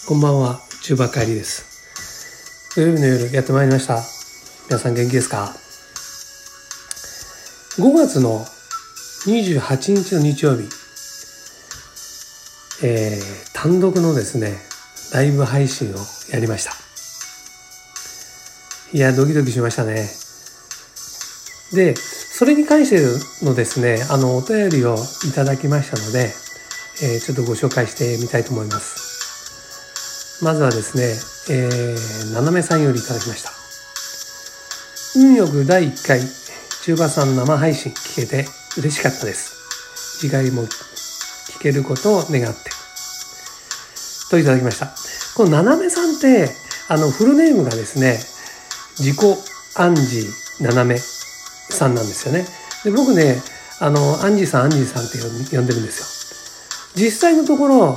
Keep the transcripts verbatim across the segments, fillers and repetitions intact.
こんばんは、中馬帰りです。土曜日の夜やってまいりました。皆さん元気ですか？ごがつのにじゅうはちにちの日曜日、えー、単独のですねライブ配信をやりました。いやドキドキしましたね。でそれに関してのですねあのお便りをいただきましたので、えー、ちょっとご紹介してみたいと思います。まずはですね、えー、ななめさんよりいただきました。運よくだいいっかい中馬さん生配信聞けて嬉しかったです。次回も聞けることを願ってといただきました。このななめさんってあのフルネームがですね自己アンジーななめさんなんですよね。で僕ねあのアンジーさんアンジーさんって呼んでるんですよ。実際のところ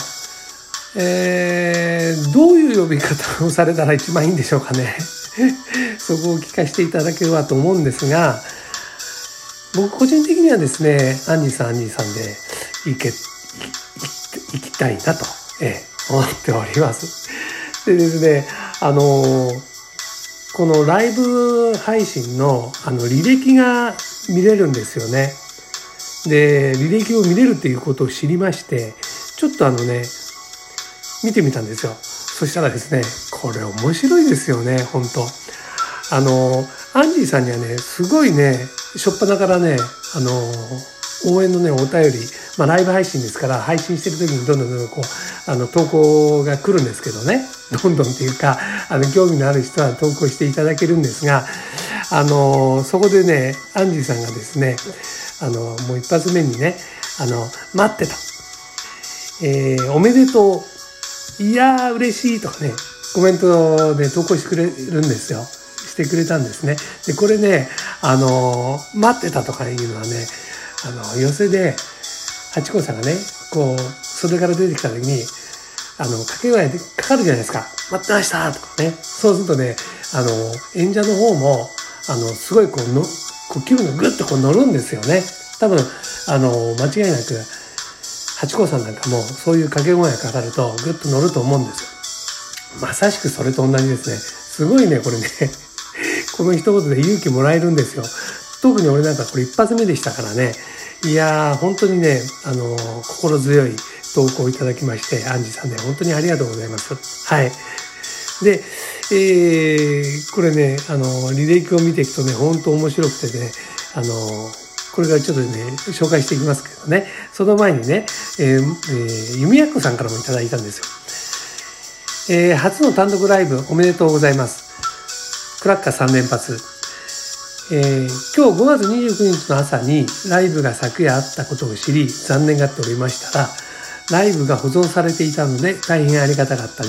えー、どういう呼び方をされたら一番いいんでしょうかねそこを聞かせていただければと思うんですが、僕個人的にはですねアンジーさんアンジーさんで行け行きたいなと、えー、思っております。でですねあのー、このライブ配信のあの履歴が見れるんですよね。で履歴を見れるっていうことを知りまして、ちょっとあのね見てみたんですよ。そしたらですねこれ面白いですよね。本当あのアンジーさんにはねすごいねしょっぱなからねあの応援のねお便り、まあライブ配信ですから配信してる時にどんどんどんどんこうあの投稿が来るんですけどね、どんどんっていうかあの興味のある人は投稿していただけるんですが、あのそこでねアンジーさんがですねあのもう一発目にねあの待ってた、えー、おめでとう、いやー嬉しいとかねコメントで投稿してくれるんですよ。してくれたんですね。でこれねあの待ってたとかいうのはねあの寄席でハチ公さんがねこう袖から出てきた時にあの掛け声でかかるじゃないですか。待ってましたとかね。そうするとねあの演者の方もあのすごいこうのこう気分がグッとこう乗るんですよね。多分あの間違いなくハチ公さんなんかもそういう掛け声がかかるとグッと乗ると思うんですよ。まさしくそれと同じですね。すごいねこれねこの一言で勇気もらえるんですよ。特に俺なんかこれ一発目でしたからね。いやー本当にねあの心強い投稿いただきましてアンジーさんね本当にありがとうございます。はい。で、えー、これねあの履歴を見ていくとね本当面白くてねあのこれからちょっとね紹介していきますけどね、その前にね、えーえー、弓矢子さんからもいただいたんですよ。えー、初の単独ライブおめでとうございます。クラッカーさん連発、えー、今日ごがつにじゅうくにちの朝にライブが昨夜あったことを知り残念がっておりましたら、ライブが保存されていたので大変ありがたかったです。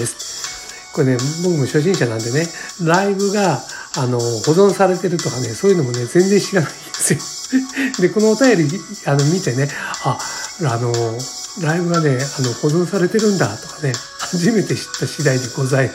これね僕も初心者なんでねライブがあの保存されてるとかねそういうのもね全然知らないんですよでこのお便りあの見てねああのライブがねあの保存されてるんだとかね初めて知った次第でございます。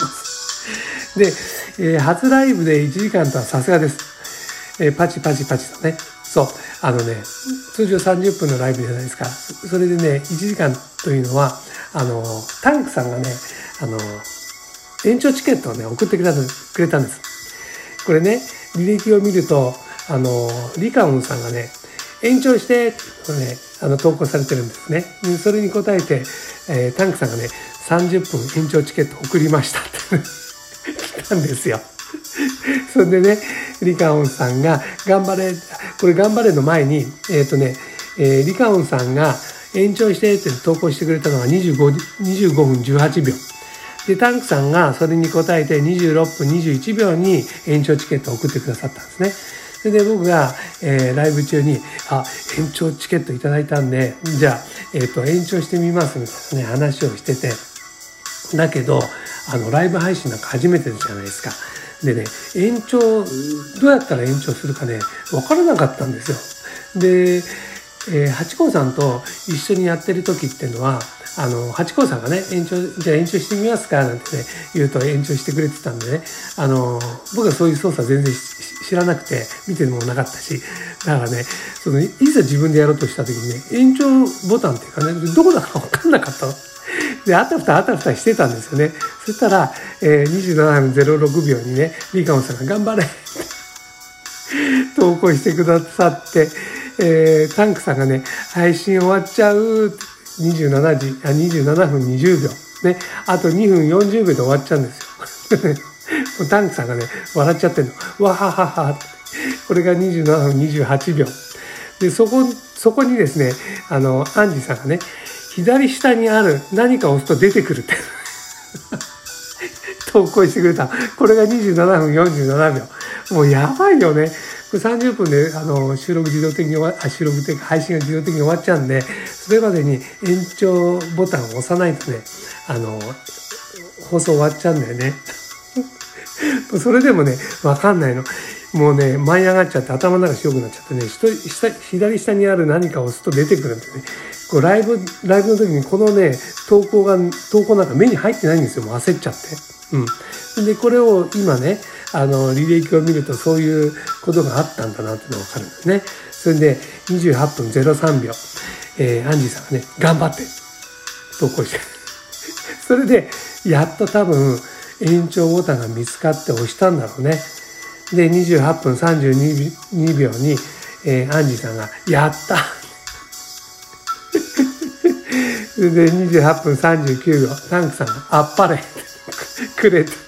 で、えー、初ライブでいちじかんとはさすがです。えー、パチパチパチとねそうあのね通常さんじゅっぷんのライブじゃないですか。それでねいちじかんというのはあのタンクさんがねあの延長チケットをね送ってくれたくれたんです。これね履歴を見るとあのリカオンさんがね延長してってねあの投稿されてるんですね。それに答えて、えー、タンクさんがねさんじゅっぷん延長チケット送りましたって来たんですよ。それでねリカオンさんが頑張れこれ頑張れの前にえっとね、えー、リカオンさんが延長してって投稿してくれたのはにじゅうごふんじゅうはちびょうで、タンクさんがそれに答えてにじゅうろっぷんにじゅういちびょうに延長チケットを送ってくださったんですね。それで僕が、えー、ライブ中にあ延長チケットいただいたんでじゃあ、えー、と延長してみますみたいな、ね、話をしてて、だけどあのライブ配信なんか初めてじゃないですか。でね延長どうやったら延長するかね分からなかったんですよ。で、えー、ハチ公さんと一緒にやってる時っていうのはあのハチ公さんがね延長じゃあ延長してみますかなんてね言うと延長してくれてたんでね、あの僕はそういう操作全然知らなくて見てもなかったし、だからねそのいざ自分でやろうとした時にね延長ボタンっていうかねどこだか分かんなかったのであたふたあたふたしてたんですよね。 そしたら、えー、にじゅうななふんゼロろくびょうにね、リカオンさんが頑張れ投稿してくださって、えー、タンクさんがね、配信終わっちゃうにじゅうななじ、あ、にじゅうななふんにじゅうびょう。ね、あとにふんよんじゅうびょうで終わっちゃうんですよ。タンクさんがね、笑っちゃってんの。わははは。これがにじゅうななふんにじゅうはちびょう。で、そこ、そこにですね、あの、アンジさんがね、左下にある何かを押すと出てくるって。投稿してくれた。これがにじゅうななふんよんじゅうななびょう。もうやばいよね。これさんじゅっぷんであの収録自動的に終わあ収録っていうか配信が自動的に終わっちゃうんで、それまでに延長ボタンを押さないとね、あの放送終わっちゃうんだよね。それでもね、わかんないの。もうね、舞い上がっちゃって頭の中白くなっちゃってね、下左下にある何かを押すと出てくるんでね。こうライブ、ライブの時にこのね、投稿が、投稿なんか目に入ってないんですよ。もう焦っちゃって。うん。で、これを今ね、あの、履歴を見るとそういうことがあったんだなっていうのがわかるんですね。それで、にじゅうはっぷんゼロさんびょう、えー、アンジーさんがね、頑張って投稿して。それで、やっと多分、延長ボタンが見つかって押したんだろうね。で、にじゅうはっぷんさんじゅうにびょうに、えー、アンジーさんが、やったで、にじゅうはっぷんさんじゅうきゅうびょう、タンクさんが、あっぱれくれて。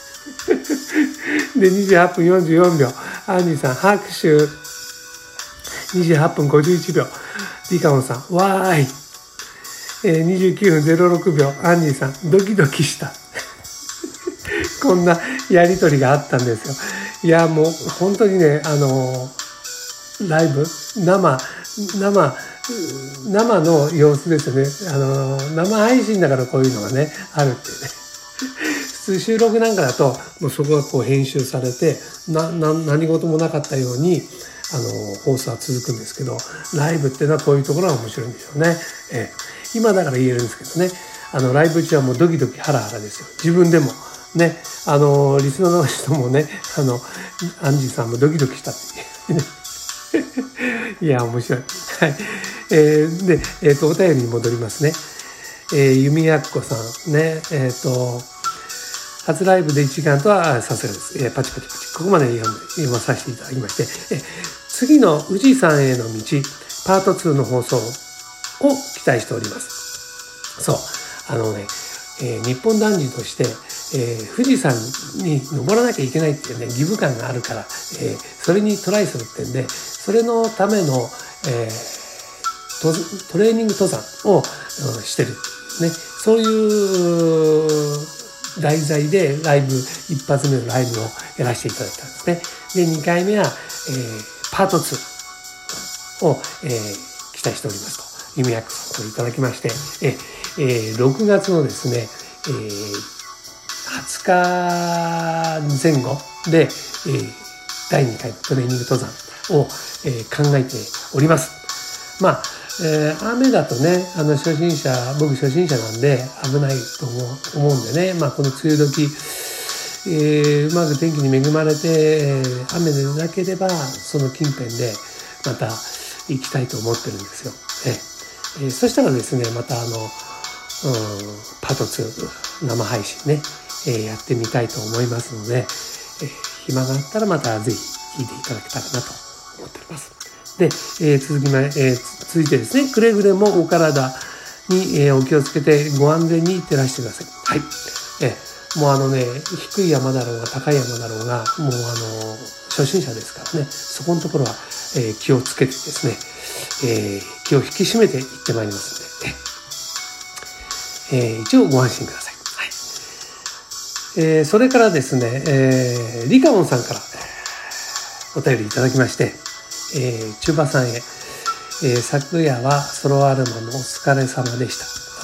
で、にじゅうはっぷんよんじゅうよんびょう、アンジーさん、拍手。にじゅうはっぷんごじゅういちびょう、リカオンさん、わーい。えー、にじゅうきゅうふんゼロろくびょう、アンジーさん、ドキドキした。こんなやりとりがあったんですよ。いや、もう本当にね、あの、ライブ、生、生、生の様子ですよね。あの、生配信だからこういうのがね、あるっていうね。普通収録なんかだと、もうそこがこう編集されて、な、な、何事もなかったように、あの、放送は続くんですけど、ライブっていうのはこういうところが面白いんでしょうね。えー、今だから言えるんですけどね、あの、ライブ中はもうドキドキハラハラですよ。自分でも。ね、あの、リスナーの人もね、あの、アンジーさんもドキドキしたっていう。いや、面白い。はい。えー、で、えっ、ー、と、お便りに戻りますね。えー、弓やっこさんね、えっ、ー、と、初ライブでいちじかんとはさすがです。えー、パチパチパチ。ここまで読んで、読まさせていただきまして、えー、次の宇治さんへの道、パートツーの放送を期待しております。そう。あのね、えー、日本男児として、えー、富士山に登らなきゃいけないっていうね、義務感があるから、えー、それにトライするってんで、それのための、えー、ト, トレーニング登山を、うん、してる。ね。そういう題材でライブ、一発目のライブをやらせていただいたんですね。で、にかいめは、えー、パートツーを、えー、期待しておりますと。弓矢さんといただきまして、えー、ろくがつのですね、えーはつかぜん後で、えー、だいにかいのトレーニング登山を、えー、考えております。まあ、えー、雨だとね、あの初心者、僕初心者なんで危ないと思う、思うんでね、まあこの梅雨時、えー、うまく天気に恵まれて、えー、雨でなければその近辺でまた行きたいと思ってるんですよ。えー、そしたらですね、またあの、うん、パートツー生配信ね、えー、やってみたいと思いますので、えー、暇があったらまたぜひ聞いていただけたらなと思っております。で、えー、続きま、えー、続いてですね、くれぐれもお体に、えー、お気をつけてご安全に照らしてください。はい。えー、もうあのね、低い山だろうが高い山だろうが、もうあの、初心者ですからね、そこのところは、えー、気をつけてですね、えー、気を引き締めていってまいりますので、えー、一応ご安心ください。えー、それからですね、えー、リカオンさんからお便りいただきまして、えー、チューバさんへ、えー、昨夜はソロアルバムお疲れ様でした。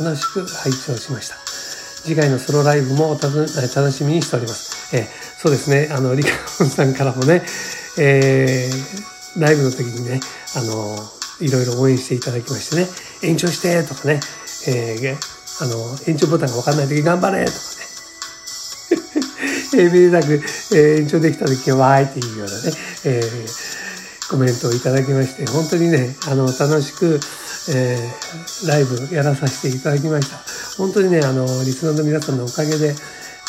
楽しく拝聴しました。次回のソロライブもおたず楽しみにしております。えー、そうですね、あの、リカオンさんからもね、えー、ライブの時にね、あの、いろいろ応援していただきましてね、延長してとかね、えー、あの、延長ボタンがわかんない時頑張れとかね、えー、めでたく、えー、延長できた時はわーいっていうようなね、えー、コメントをいただきまして、本当にね、あの、楽しく、えー、ライブやらさせていただきました。本当にね、あの、リスナーの皆さんのおかげで、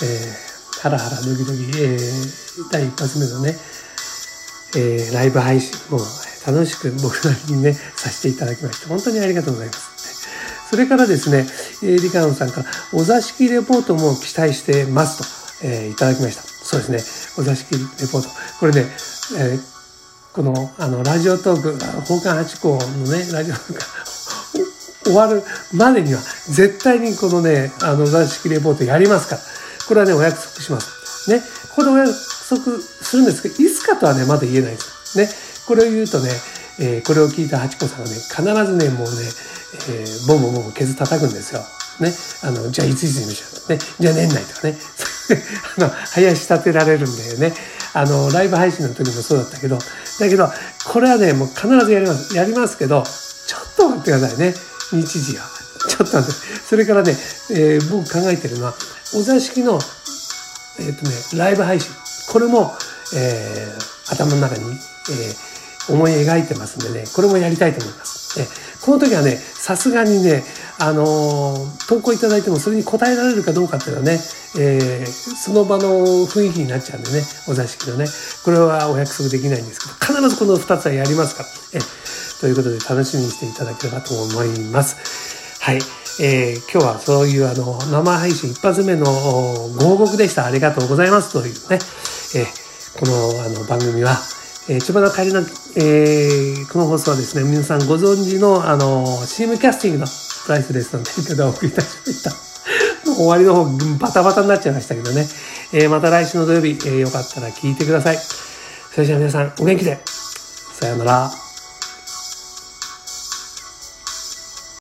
えー、ハラハラドキドキ、えー、だい一発目のね、えー、ライブ配信も楽しく僕なりにね、させていただきまして、本当にありがとうございます。それからですね、えー、リカノンさんから、お座敷レポートも期待してますと、えー、いただきました。そうですね、お座敷レポート。これね、えー、この、あの、ラジオトーク、宝冠八甲のね、ラジオトークが終わるまでには、絶対にこのね、あの、お座敷レポートやりますから、これはね、お約束します。ね、ここでお約束するんですけど、いつかとはね、まだ言えないです。ね、これを言うとね、えー、これを聞いた八甲さんはね、必ずね、もうね、えー、ボンボンボンボンケツ叩くんですよ。ね。あの、じゃあいついつにしましょう。ね。じゃあ年内とかね。あの、林立てられるんだよね。あの、ライブ配信の時もそうだったけど、だけど、これはね、もう必ずやります。やりますけど、ちょっと待ってくださいね。日時は。ちょっと待って。それからね、えー、僕考えてるのは、お座敷の、えっとね、ライブ配信。これも、えー、頭の中に、えー思い描いてますんでね、これもやりたいと思います。えこの時はね、さすがにね、あのー、投稿いただいてもそれに答えられるかどうかっていうのはね、えー、その場の雰囲気になっちゃうんでね、お座敷のね、これはお約束できないんですけど、必ずこのふたつはやりますから、えということで楽しみにしていただければと思います。はい。えー、今日はそういうあの、生配信一発目のご報告でした。ありがとうございますというね、えー、このあの番組は、えー、千葉の帰りの、えー、この放送はですね、皆さんご存知の、あの、シームキャスティングのプライスレスの提供でお送りいたしました。もう終わりの方、バタバタになっちゃいましたけどね。えー、また来週の土曜日、えー、よかったら聞いてください。それじゃあ皆さん、お元気で。さようなら。